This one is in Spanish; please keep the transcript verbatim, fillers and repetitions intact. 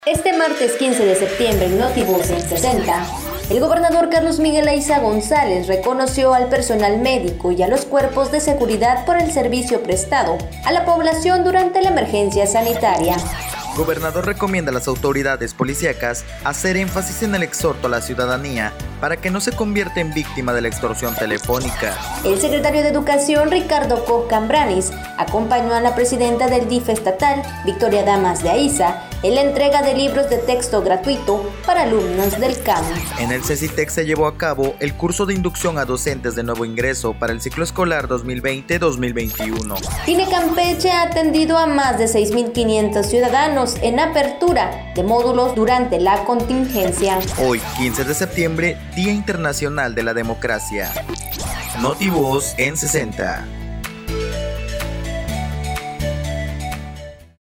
Este martes quince de septiembre en Notibus en sesenta, el gobernador Carlos Miguel Aiza González reconoció al personal médico y a los cuerpos de seguridad por el servicio prestado a la población durante la emergencia sanitaria. El gobernador recomienda a las autoridades policíacas hacer énfasis en el exhorto a la ciudadanía para que no se convierta en víctima de la extorsión telefónica. El secretario de Educación, Ricardo Koch Cambranis, acompañó a la presidenta del D I F estatal, Victoria Damas de Aiza, en la entrega de libros de texto gratuito para alumnos del C A M. En el CECITEC se llevó a cabo el curso de inducción a docentes de nuevo ingreso para el ciclo escolar dos mil veinte dos mil veintiuno. Tine Campeche ha atendido a más de seis mil quinientos ciudadanos en apertura de módulos durante la contingencia. Hoy, quince de septiembre, Día Internacional de la Democracia. Notibus en sesenta.